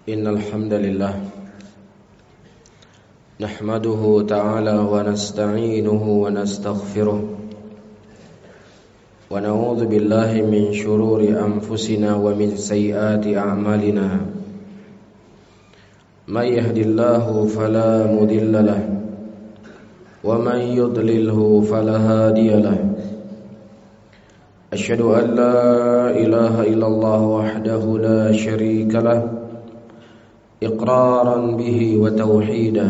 إن الحمد لله نحمده تعالى ونستعينه ونستغفره ونعوذ بالله من شرور أنفسنا ومن سيئات أعمالنا من يهد الله فلا مضل له ومن يضلله فلا هادي له أشهد أن لا إله إلا الله وحده لا شريك له إقرارا به وتوحيدا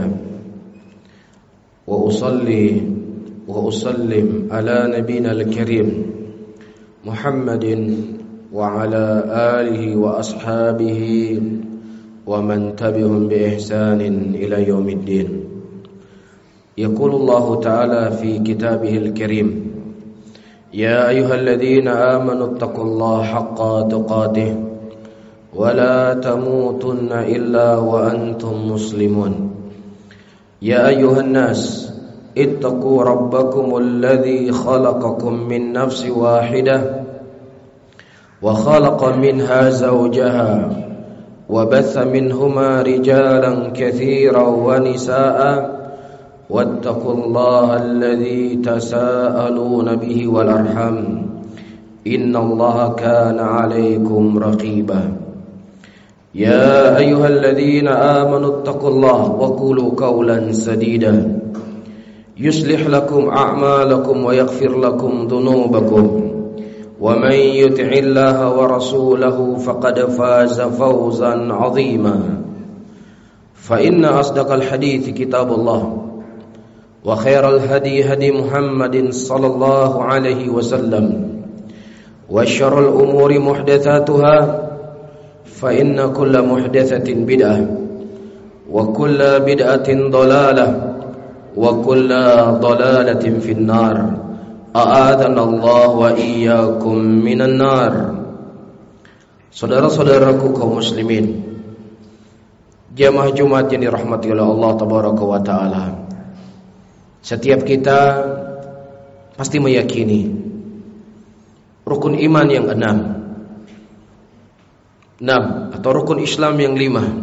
وأصلي وأسلم على نبينا الكريم محمد وعلى آله وأصحابه ومن تبعهم بإحسان إلى يوم الدين. يقول الله تعالى في كتابه الكريم: يا أيها الذين آمنوا اتقوا الله حق تقاته ولا تموتن إلا وأنتم مسلمون. يا أيها الناس اتقوا ربكم الذي خلقكم من نفس واحدة وخلق منها زوجها وبث منهما رجالا كثيرا ونساء واتقوا الله الذي تساءلون به والأرحام إن الله كان عليكم رقيبا. يا أيها الذين آمنوا اتقوا الله وقولوا قولا سديدا يصلح لكم أعمالكم ويغفر لكم ذنوبكم ومن يطع الله ورسوله فقد فاز فوزا عظيما. فإن أصدق الحديث كتاب الله وخير الهدي هدي محمد صلى الله عليه وسلم وشر الأمور محدثاتها فإن كل محدثة بدعة وكل بدعة ضلالة وكل ضلالة في النار أعاذنا الله وإياكم من النار. Saudara-saudaraku kaum muslimin, jamaah Jumat yang dirahmati oleh Allah tabaraka wa taala, setiap kita pasti meyakini rukun iman yang enam atau rukun Islam yang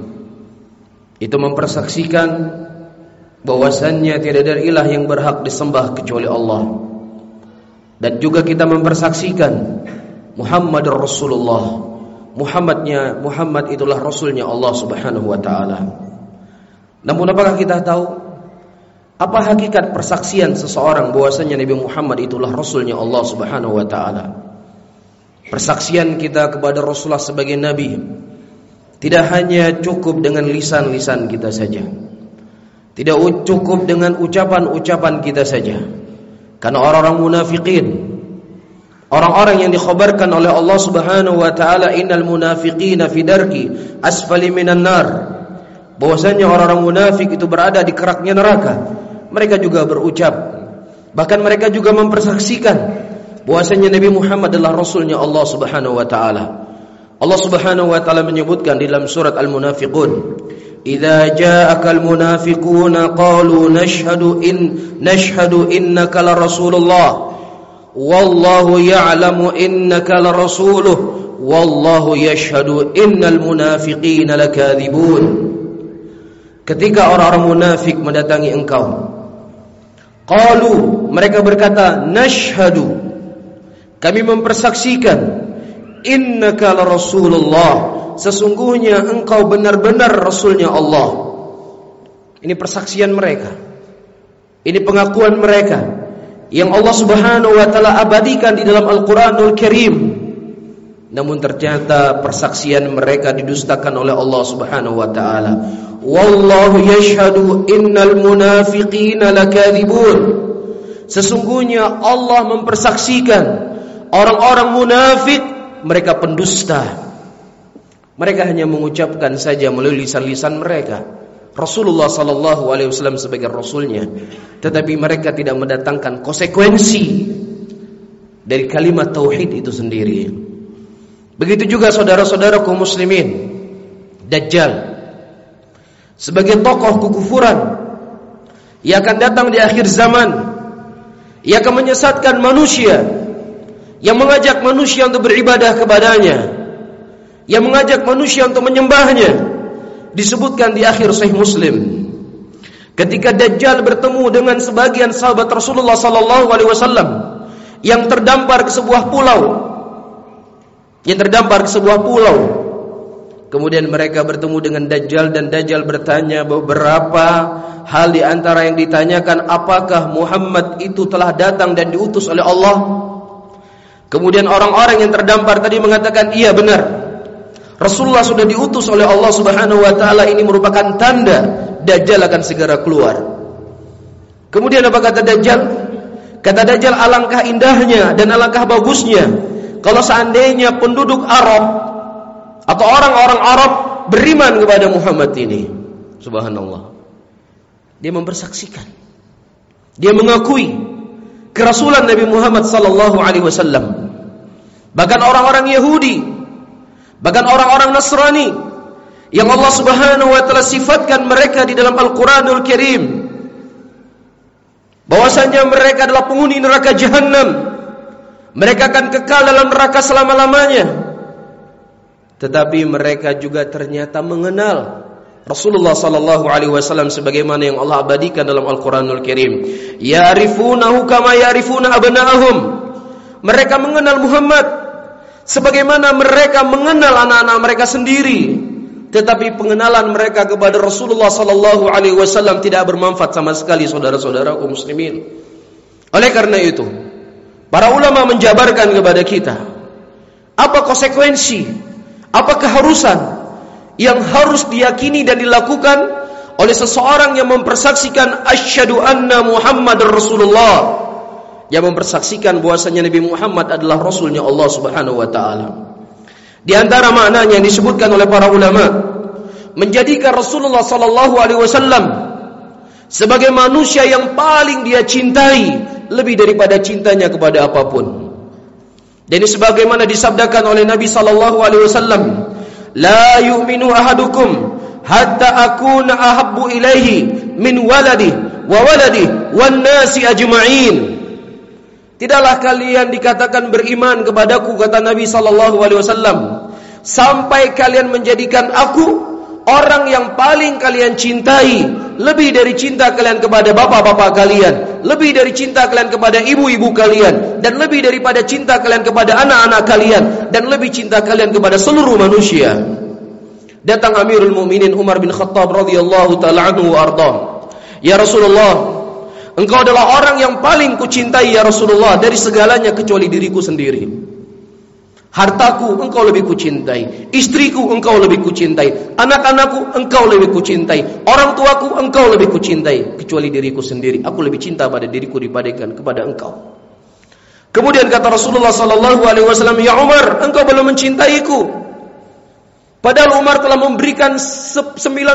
5 itu mempersaksikan bahwasannya tidak ada ilah yang berhak disembah kecuali Allah, dan juga kita mempersaksikan Muhammad Rasulullah, Muhammad itulah Rasulnya Allah Subhanahu wa ta'ala. Namun apakah kita tahu apa hakikat persaksian seseorang bahwasanya Nabi Muhammad itulah Rasulnya Allah Subhanahu wa ta'ala? Persaksian kita kepada Rasulullah sebagai Nabi tidak hanya cukup dengan lisan-lisan kita saja, tidak cukup dengan ucapan-ucapan kita saja. Karena orang-orang munafikin, orang-orang yang dikhabarkan oleh Allah Subhanahu wa ta'ala, innal munafiqina fi darki asfali minan nar, bahwasanya orang-orang munafik itu berada di keraknya neraka. Mereka juga berucap, bahkan mereka juga mempersaksikan bahwasanya Nabi Muhammad adalah Rasulnya Allah Subhanahu wa ta'ala. Allah Subhanahu wa ta'ala menyebutkan di dalam surat Al-Munafiqun, idza ja'akal munafiquna qalu nashhadu innaka la rasulullah wallahu ya'lamu innaka la rasuluh wallahu yashhadu innal munafiqina lakadzibun. Ketika orang-orang munafik mendatangi engkau, qalu, mereka berkata, nashhadu, kami mempersaksikan, innaka la rasulullah, sesungguhnya engkau benar-benar Rasulnya Allah. Ini persaksian mereka, ini pengakuan mereka yang Allah Subhanahu wa ta'ala abadikan di dalam Al-Quranul Karim. Namun ternyata persaksian mereka didustakan oleh Allah Subhanahu wa ta'ala. Wallahu yashhadu innal munafiqina lakadzibun, sesungguhnya Allah mempersaksikan orang-orang munafik, mereka pendusta. Mereka hanya mengucapkan saja melalui lisan-lisan mereka Rasulullah sallallahu alaihi wasallam sebagai rasulnya, tetapi mereka tidak mendatangkan konsekuensi dari kalimat tauhid itu sendiri. Begitu juga saudara-saudara kaum muslimin, Dajjal sebagai tokoh kekufuran yang akan datang di akhir zaman, ia akan menyesatkan manusia, yang mengajak manusia untuk beribadah kepadanya, yang mengajak manusia untuk menyembahnya, disebutkan di akhir Sahih Muslim, ketika Dajjal bertemu dengan sebagian sahabat Rasulullah sallallahu alaihi wasallam yang terdampar ke sebuah pulau. Kemudian mereka bertemu dengan Dajjal dan Dajjal bertanya beberapa hal di antara yang ditanyakan, apakah Muhammad itu telah datang dan diutus oleh Allah? Kemudian orang-orang yang terdampar tadi mengatakan, iya benar, Rasulullah sudah diutus oleh Allah Subhanahu wa taala. Ini merupakan tanda Dajjal akan segera keluar. Kemudian apa kata Dajjal? Kata Dajjal, alangkah indahnya dan alangkah bagusnya kalau seandainya penduduk Arab atau orang-orang Arab beriman kepada Muhammad ini. Subhanallah. Dia mempersaksikan, dia mengakui kerasulan Nabi Muhammad sallallahu alaihi wasallam. Bahkan orang-orang Yahudi, bahkan orang-orang Nasrani yang Allah Subhanahu wa taala sifatkan mereka di dalam Al-Qur'anul Karim bahwasanya mereka adalah penghuni neraka Jahannam. Mereka akan kekal dalam neraka selama-lamanya. Tetapi mereka juga ternyata mengenal Rasulullah sallallahu alaihi wasallam sebagaimana yang Allah abadikan dalam Al-Qur'anul Karim. Ya'rifunahu kama ya'rifuna abna'ahum. Mereka mengenal Muhammad sebagaimana mereka mengenal anak-anak mereka sendiri. Tetapi pengenalan mereka kepada Rasulullah sallallahu alaihi wasallam tidak bermanfaat sama sekali, saudara-saudaraku muslimin. Oleh karena itu, para ulama menjabarkan kepada kita apa konsekuensi, apa keharusan yang harus diyakini dan dilakukan oleh seseorang yang mempersaksikan asyhadu anna Muhammadar Rasulullah, yang mempersaksikan bahwasanya Nabi Muhammad adalah Rasulnya Allah Subhanahu wa taala. Di antara maknanya yang disebutkan oleh para ulama, menjadikan Rasulullah sallallahu alaihi wasallam sebagai manusia yang paling dia cintai lebih daripada cintanya kepada apapun. Dan ini sebagaimana disabdakan oleh Nabi sallallahu alaihi wasallam, la yu'minu ahadukum hatta akuna ahabbu ilaihi min waladi wa waladi wan nasi ajma'in. Tidaklah kalian dikatakan beriman kepadaku, kata Nabi sallallahu alaihi wasallam, sampai kalian menjadikan aku orang yang paling kalian cintai, lebih dari cinta kalian kepada bapak-bapak kalian, lebih dari cinta kalian kepada ibu-ibu kalian, dan lebih daripada cinta kalian kepada anak-anak kalian, dan lebih cinta kalian kepada seluruh manusia. Datang Amirul Mukminin Umar bin Khattab radhiyallahu taala anhu wa ardhah. Ya Rasulullah, engkau adalah orang yang paling kucintai ya Rasulullah dari segalanya kecuali diriku sendiri. Hartaku engkau lebih kucintai, istriku engkau lebih kucintai, anak-anakku engkau lebih kucintai, orang tuaku engkau lebih kucintai, kecuali diriku sendiri. Aku lebih cinta pada diriku dibandingkan kepada engkau. Kemudian kata Rasulullah sallallahu alaihi wasallam, ya Umar, engkau belum mencintaiku. Padahal Umar telah memberikan 90%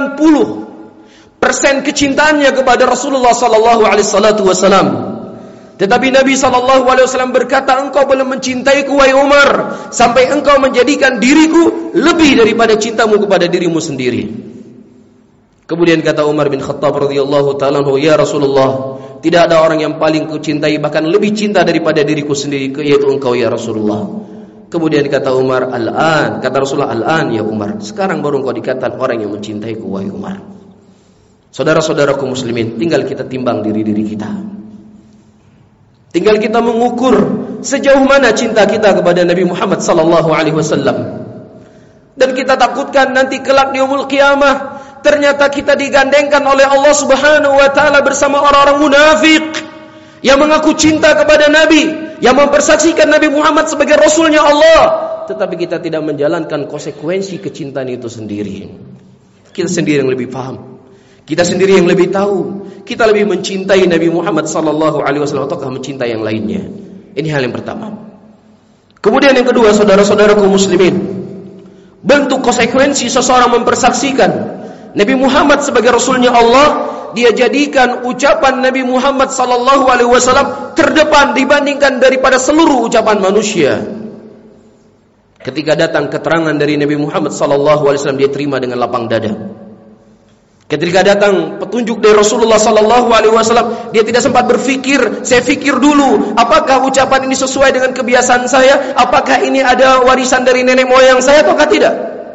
kecintaannya kepada Rasulullah sallallahu alaihi wasallam. Tetapi Nabi SAW berkata, engkau belum mencintaiku wahai Umar, sampai engkau menjadikan diriku lebih daripada cintamu kepada dirimu sendiri. Kemudian kata Umar bin Khattab radhiyallahu ta'ala anhu, ya Rasulullah, tidak ada orang yang paling kucintai, bahkan lebih cinta daripada diriku sendiri, yaitu engkau ya Rasulullah. Kemudian kata Umar, al-an, kata Rasulullah, al-an ya Umar, sekarang baru engkau dikatakan orang yang mencintaiku wahai Umar. Saudara-saudaraku muslimin, tinggal kita timbang diri-diri kita. Tinggal kita mengukur sejauh mana cinta kita kepada Nabi Muhammad sallallahu alaihi wasallam. Dan kita takutkan nanti kelak di yaumul qiyamah ternyata kita digandengkan oleh Allah Subhanahu wa taala bersama orang-orang munafik yang mengaku cinta kepada Nabi, yang mempersaksikan Nabi Muhammad sebagai rasulnya Allah, tetapi kita tidak menjalankan konsekuensi kecintaan itu sendiri. Kita sendiri yang lebih paham. Kita sendiri yang lebih tahu. Kita lebih mencintai Nabi Muhammad sallallahu alaihi wasallam ataukah mencintai yang lainnya. Ini hal yang pertama. Kemudian yang kedua, saudara-saudaraku muslimin, bentuk konsekuensi seseorang mempersaksikan Nabi Muhammad sebagai rasulnya Allah, dia jadikan ucapan Nabi Muhammad sallallahu alaihi wasallam terdepan dibandingkan daripada seluruh ucapan manusia. Ketika datang keterangan dari Nabi Muhammad sallallahu alaihi wasallam, dia terima dengan lapang dada. Ketika datang petunjuk dari Rasulullah sallallahu alaihi wasallam, dia tidak sempat berpikir, saya fikir dulu, apakah ucapan ini sesuai dengan kebiasaan saya? Apakah ini ada warisan dari nenek moyang saya ataukah tidak?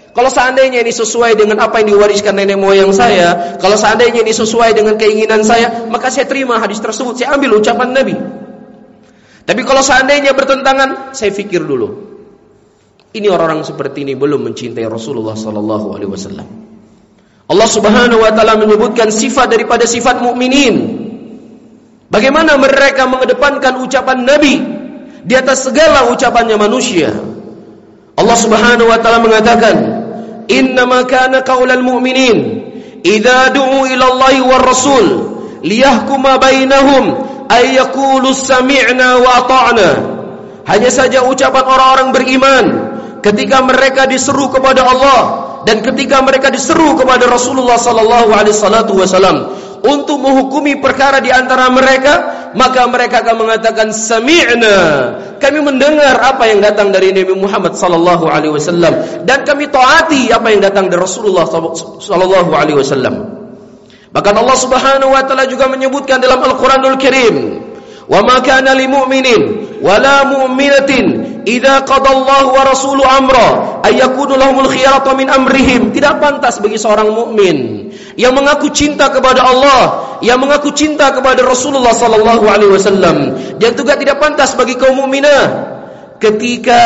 Kalau seandainya ini sesuai dengan apa yang diwariskan nenek moyang saya, kalau seandainya ini sesuai dengan keinginan saya, maka saya terima hadis tersebut, saya ambil ucapan Nabi. Tapi kalau seandainya bertentangan, saya fikir dulu. Ini orang-orang seperti ini belum mencintai Rasulullah sallallahu alaihi wasallam. Allah Subhanahu wa taala menyebutkan sifat daripada sifat mukminin. Bagaimana mereka mengedepankan ucapan Nabi di atas segala ucapannya manusia. Allah Subhanahu wa taala mengatakan, "Innama kana qaulal mu'minin idza du'u ila Allahi war Rasul liyahkuma bainahum ay yaqulu sami'na wa ata'na." Hanya saja ucapan orang-orang beriman ketika mereka diseru kepada Allah dan ketika mereka diseru kepada Rasulullah sallallahu alaihi wasallam untuk menghukumi perkara di antara mereka, maka mereka akan mengatakan sami'na, kami mendengar apa yang datang dari Nabi Muhammad sallallahu alaihi wasallam dan kami taati apa yang datang dari Rasulullah sallallahu alaihi wasallam. Bahkan Allah Subhanahu wa taala juga menyebutkan dalam Al-Qur'anul Karim, "Wa ma kana lil mu'minin wala mu'minatin idza qadallahu wa rasuluhu amra ay yakunu lahumul khiyaratu min amrihim." Tidak pantas bagi seorang mukmin yang mengaku cinta kepada Allah, yang mengaku cinta kepada Rasulullah sallallahu alaihi wasallam, dan juga tidak pantas bagi kaum mukminah ketika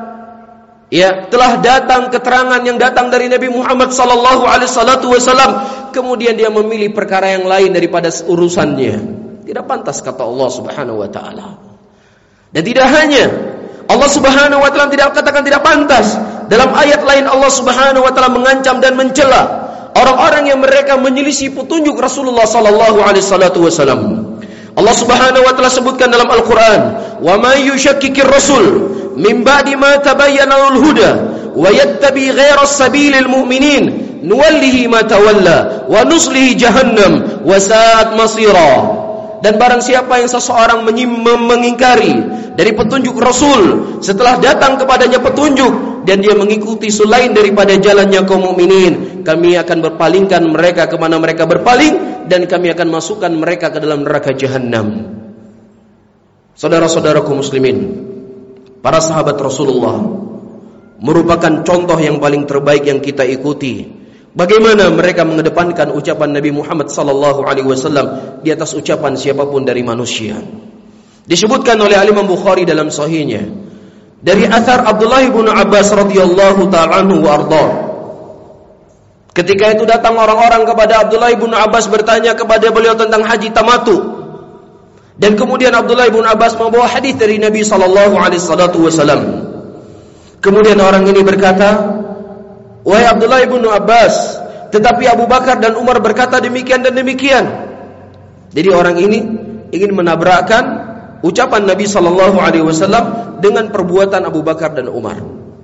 telah datang keterangan yang datang dari Nabi Muhammad sallallahu alaihi wasallam, kemudian dia memilih perkara yang lain daripada urusannya. Tidak pantas kata Allah Subhanahu wa taala. Dan tidak hanya Allah Subhanahu wa taala tidak katakan tidak pantas, dalam ayat lain Allah Subhanahu wa taala mengancam dan mencela orang-orang yang mereka menyelisih petunjuk Rasulullah sallallahu alaihi wasallam. Allah Subhanahu wa taala sebutkan dalam Al-Qur'an, "Wa may yushakkikir rasul min ba'di ma tabayyana lahul huda wa yattabi ghayra sabilil mu'minin nuwallihi ma tawalla wa nuslihi jahannam wa sa'at masira." Dan barang siapa yang seseorang mengingkari dari petunjuk Rasul setelah datang kepadanya petunjuk dan dia mengikuti selain daripada jalannya kaum mukminin, kami akan berpalingkan mereka kemana mereka berpaling dan kami akan masukkan mereka ke dalam neraka jahanam. Saudara-saudaraku muslimin, para sahabat Rasulullah merupakan contoh yang paling terbaik yang kita ikuti. Bagaimana mereka mengedepankan ucapan Nabi Muhammad sallallahu alaihi wasallam di atas ucapan siapapun dari manusia. Disebutkan oleh Imam Bukhari dalam sahihnya dari athar Abdullah bin Abbas radhiyallahu ta'ala anhu wa arda. Ketika itu datang orang-orang kepada Abdullah bin Abbas bertanya kepada beliau tentang haji tamattu. Dan kemudian Abdullah bin Abbas membawa hadis dari Nabi sallallahu alaihi wasallam. Kemudian orang ini berkata, "Wahai Abdullah bin Abbas, tetapi Abu Bakar dan Umar berkata demikian dan demikian." Jadi orang ini ingin menabrakkan ucapan Nabi sallallahu alaihi wasallam dengan perbuatan Abu Bakar dan Umar.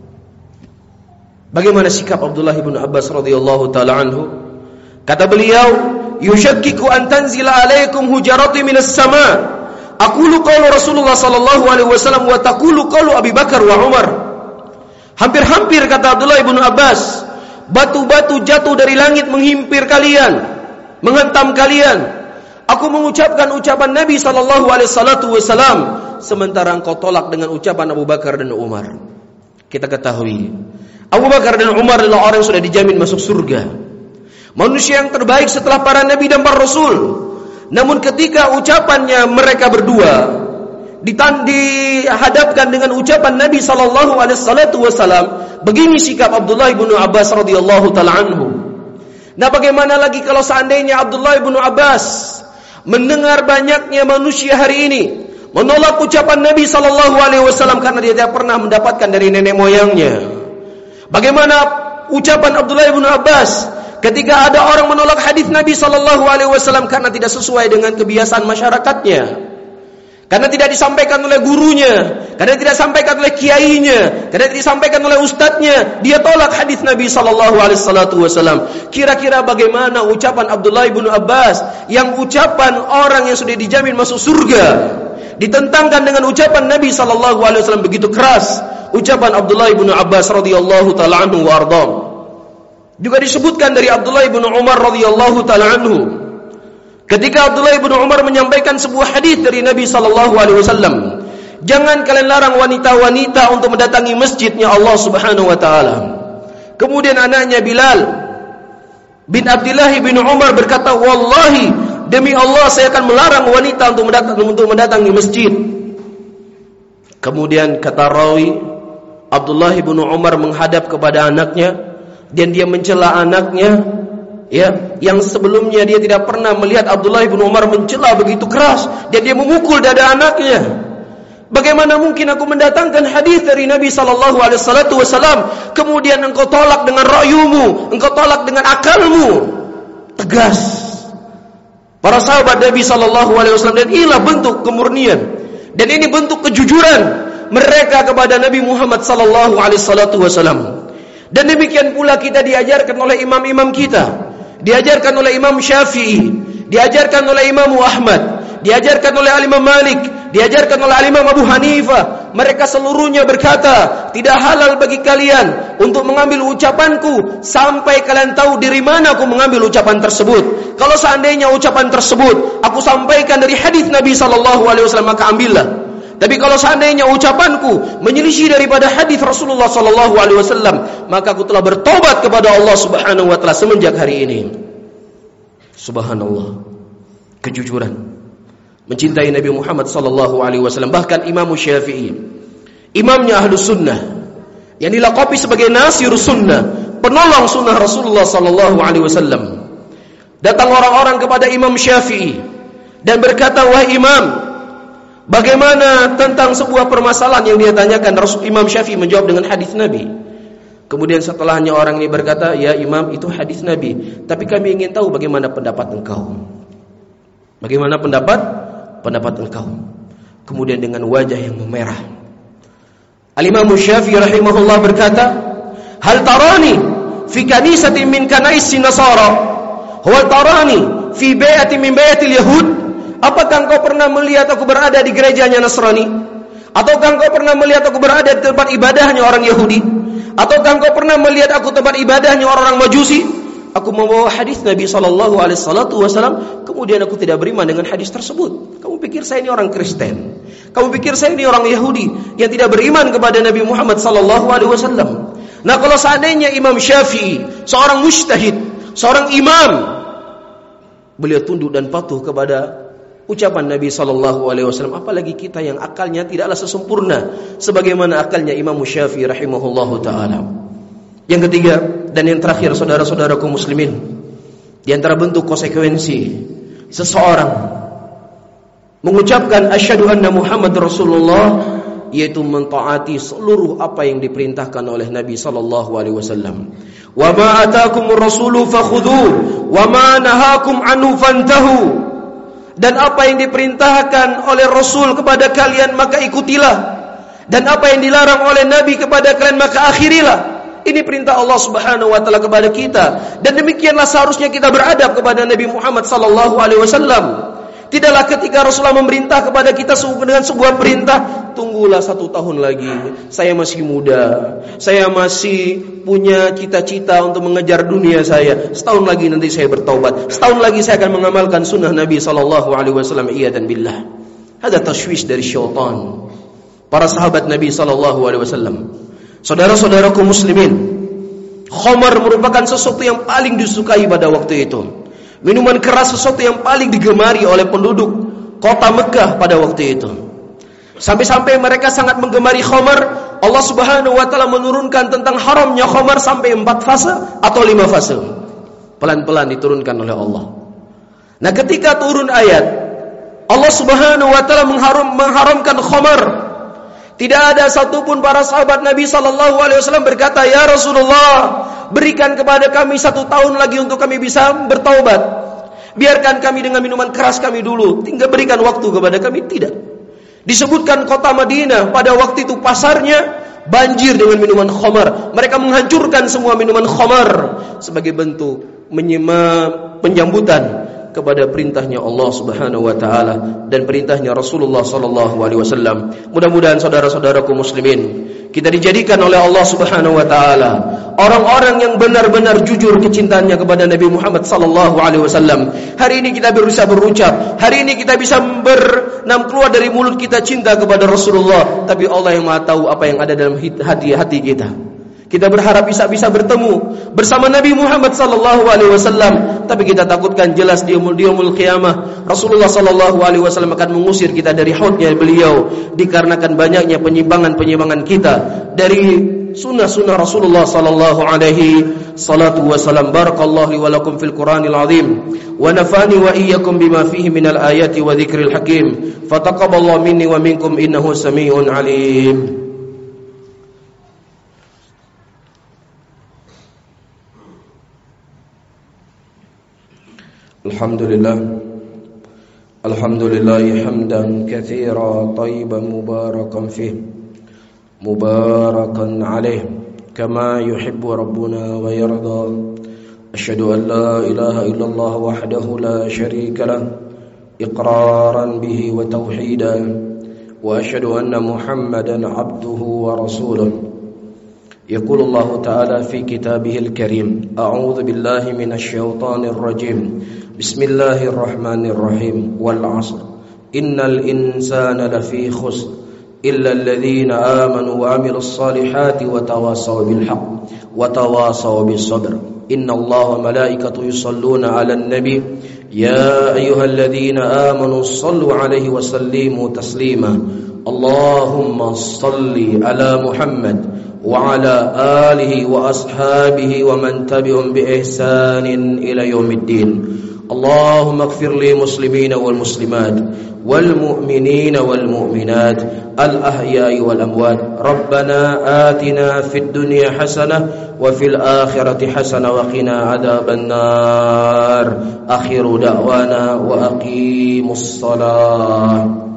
Bagaimana sikap Abdullah bin Abbas radhiyallahu taala anhu? Kata beliau, "Yushakkiku an tanzila alaikum hujarati minas sama. Aqulu qaulu Rasulullah sallallahu alaihi wasallam wa taqulu qaulu Abi Bakar wa Umar." Hampir-hampir kata Abdullah bin Abbas, batu-batu jatuh dari langit menghimpir kalian, menghantam kalian. Aku mengucapkan ucapan Nabi sallallahu alaihi wasallam sementara engkau tolak dengan ucapan Abu Bakar dan Umar. Kita ketahui, Abu Bakar dan Umar adalah orang yang sudah dijamin masuk surga. Manusia yang terbaik setelah para nabi dan para rasul. Namun ketika ucapannya mereka berdua dihadapkan dengan ucapan Nabi sallallahu alaihi wasallam, begini sikap Abdullah bin Abbas radhiyallahu taala anhu. Nah, bagaimana lagi kalau seandainya Abdullah bin Abbas mendengar banyaknya manusia hari ini menolak ucapan Nabi sallallahu alaihi wasallam karena dia tidak pernah mendapatkan dari nenek moyangnya. Bagaimana ucapan Abdullah bin Abbas ketika ada orang menolak hadis Nabi sallallahu alaihi wasallam karena tidak sesuai dengan kebiasaan masyarakatnya? Karena tidak disampaikan oleh gurunya, karena tidak disampaikan oleh kiainya, karena tidak disampaikan oleh ustadznya, dia tolak hadis Nabi sallallahu alaihi wasallam. Kira-kira bagaimana ucapan Abdullah bin Abbas yang ucapan orang yang sudah dijamin masuk surga ditentangkan dengan ucapan Nabi sallallahu alaihi wasallam begitu keras, ucapan Abdullah bin Abbas radhiyallahu taala anhu wa arda. Juga disebutkan dari Abdullah bin Umar radhiyallahu taala anhu, ketika Abdullah bin Umar menyampaikan sebuah hadis dari Nabi sallallahu alaihi wasallam, "Jangan kalian larang wanita-wanita untuk mendatangi masjidnya Allah Subhanahu wa taala. Kemudian anaknya Bilal bin Abdullah bin Umar berkata, "Wallahi, demi Allah saya akan melarang wanita untuk mendatangi masjid." Kemudian kata rawi, Abdullah bin Umar menghadap kepada anaknya dan dia mencela anaknya, ya, yang sebelumnya dia tidak pernah melihat Abdullah bin Umar mencela begitu keras, dan dia memukul dada anaknya. Bagaimana mungkin aku mendatangkan hadis dari Nabi sallallahu alaihi wasallam kemudian engkau tolak dengan ra'yumu, engkau tolak dengan akalmu? Tegas para sahabat Nabi sallallahu alaihi wasallam, dan inilah bentuk kemurnian dan ini bentuk kejujuran mereka kepada Nabi Muhammad sallallahu alaihi wasallam. Dan demikian pula kita diajarkan oleh imam-imam kita, diajarkan oleh Imam Syafi'i, diajarkan oleh Imam Ahmad, diajarkan oleh Imam Malik, diajarkan oleh Imam Abu Hanifah. Mereka seluruhnya berkata, tidak halal bagi kalian untuk mengambil ucapanku sampai kalian tahu dari mana aku mengambil ucapan tersebut. Kalau seandainya ucapan tersebut aku sampaikan dari hadis Nabi SAW, maka ambillah. Tapi kalau seandainya ucapanku menyelisih daripada hadis Rasulullah SAW, maka aku telah bertobat kepada Allah Subhanahu wa taala semenjak hari ini. Subhanallah, kejujuran, mencintai Nabi Muhammad SAW. Bahkan Imam Syafi'i, imamnya Ahlus Sunnah, yang dilaqabi sebagai Nasirus Sunnah, penolong sunnah Rasulullah SAW. Datang orang-orang kepada Imam Syafi'i dan berkata, "Wahai Imam, bagaimana tentang sebuah permasalahan yang dia tanyakan?" Imam Syafi'i menjawab dengan hadis Nabi. Kemudian setelahnya orang ini berkata, "Ya Imam, itu hadis Nabi, tapi kami ingin tahu bagaimana pendapat engkau. Bagaimana pendapat engkau?" Kemudian dengan wajah yang memerah, Al-Imam Syafi'i rahimahullah berkata, "Hal tarani fi kanisatin min kanaisi Nasara, wa tarani fi bai'atin min bai'atil Yahud?" Apakah engkau pernah melihat aku berada di gerejanya Nasrani? Ataukah engkau pernah melihat aku berada di tempat ibadahnya orang Yahudi? Ataukah engkau pernah melihat aku tempat ibadahnya orang-orang Majusi? Aku membawa hadis Nabi SAW, kemudian aku tidak beriman dengan hadis tersebut. Kamu pikir saya ini orang Kristen? Kamu pikir saya ini orang Yahudi yang tidak beriman kepada Nabi Muhammad SAW? Nah, kalau seandainya Imam Syafi'i, seorang mujtahid, seorang imam, beliau tunduk dan patuh kepada ucapan Nabi SAW, apalagi kita yang akalnya tidaklah sesempurna sebagaimana akalnya Imam Syafi'i rahimahullahu ta'ala. Yang ketiga dan yang terakhir, saudara-saudaraku muslimin, di antara bentuk konsekuensi seseorang mengucapkan asyhadu anna Muhammad Rasulullah, yaitu mentaati seluruh apa yang diperintahkan oleh Nabi SAW. Wa ma ataakumur rasulu fakhudhuhu wa ma nahakum anhu fantahu. Dan apa yang diperintahkan oleh Rasul kepada kalian maka ikutilah, dan apa yang dilarang oleh Nabi kepada kalian maka akhirilah. Ini perintah Allah Subhanahu wa taala kepada kita, dan demikianlah seharusnya kita beradab kepada Nabi Muhammad SAW. Tidaklah ketika Rasulullah memerintah kepada kita dengan sebuah perintah, tunggulah 1 tahun lagi, saya masih muda, saya masih punya cita-cita untuk mengejar dunia saya, setahun lagi nanti saya bertaubat, setahun lagi saya akan mengamalkan sunnah Nabi SAW. Iya dan billah, ada tashwish dari syaitan. Para sahabat Nabi SAW, saudara-saudaraku muslimin, khamar merupakan sesuatu yang paling disukai pada waktu itu. Minuman keras sesuatu yang paling digemari oleh penduduk kota Mekah pada waktu itu. Sampai-sampai mereka sangat menggemari khamar. Allah Subhanahu wa taala menurunkan tentang haramnya khamar sampai 4 fase atau 5 fase. Pelan-pelan diturunkan oleh Allah. Nah, ketika turun ayat Allah Subhanahu wa taala mengharamkan khamar, tidak ada satupun para sahabat Nabi SAW berkata, "Ya Rasulullah, berikan kepada kami 1 tahun lagi untuk kami bisa bertaubat. Biarkan kami dengan minuman keras kami dulu, tinggal berikan waktu kepada kami." Tidak. Disebutkan kota Madinah pada waktu itu pasarnya banjir dengan minuman khamar. Mereka menghancurkan semua minuman khamar sebagai bentuk penyambutan kepada perintahnya Allah Subhanahu wa taala dan perintahnya Rasulullah sallallahu alaihi wasallam. Mudah-mudahan saudara-saudaraku muslimin, kita dijadikan oleh Allah Subhanahu wa taala orang-orang yang benar-benar jujur kecintaannya kepada Nabi Muhammad sallallahu alaihi wasallam. Hari ini kita berusaha berucap, hari ini kita bisa keluar dari mulut kita cinta kepada Rasulullah, tapi Allah yang Maha tahu apa yang ada dalam hati kita. Kita berharap bisa bertemu bersama Nabi Muhammad sallallahu alaihi wasallam, tapi kita takutkan jelas di yaumul qiyamah Rasulullah sallallahu alaihi wasallam akan mengusir kita dari haudnya beliau dikarenakan banyaknya penyimpangan kita dari sunnah-sunnah Rasulullah sallallahu alaihi salatu wasallam. Barakallahu li wa lakum fil Qur'anil azim wa nafani wa iyyakum bima fihi minal ayati wa dzikril hakim. Fataqabbalallahu minni wa minkum innahu samii'un alim. Alhamdulillah hamdan katsiran tayyiban mubarakan fih mubarakan alaih kama yuhibbu rabbuna wa yarda. Asyhadu an la ilaha illallah wahdahu la syarika lah iqraran bihi wa tauhidan wa asyhadu anna Muhammadan abduhu wa rasuluh. يقول الله تعالى في كتابه الكريم أعوذ بالله من الشيطان الرجيم بسم الله الرحمن الرحيم والعصر إن الإنسان لفي خسر إلا الذين آمنوا وعملوا الصالحات وتواصوا بالحق وتواصوا بالصبر إن الله وملائكته يصلون على النبي يا أيها الذين آمنوا صلوا عليه وسلموا تسليما اللهم صل على محمد وعلى آله وأصحابه ومن تبعهم بإحسان إلى يوم الدين اللهم اغفر للمسلمين والمسلمات والمؤمنين والمؤمنات الأحياء والأموات ربنا آتنا في الدنيا حسنة وفي الآخرة حسنة وقنا عذاب النار آخر دعوانا وأقيموا الصلاة.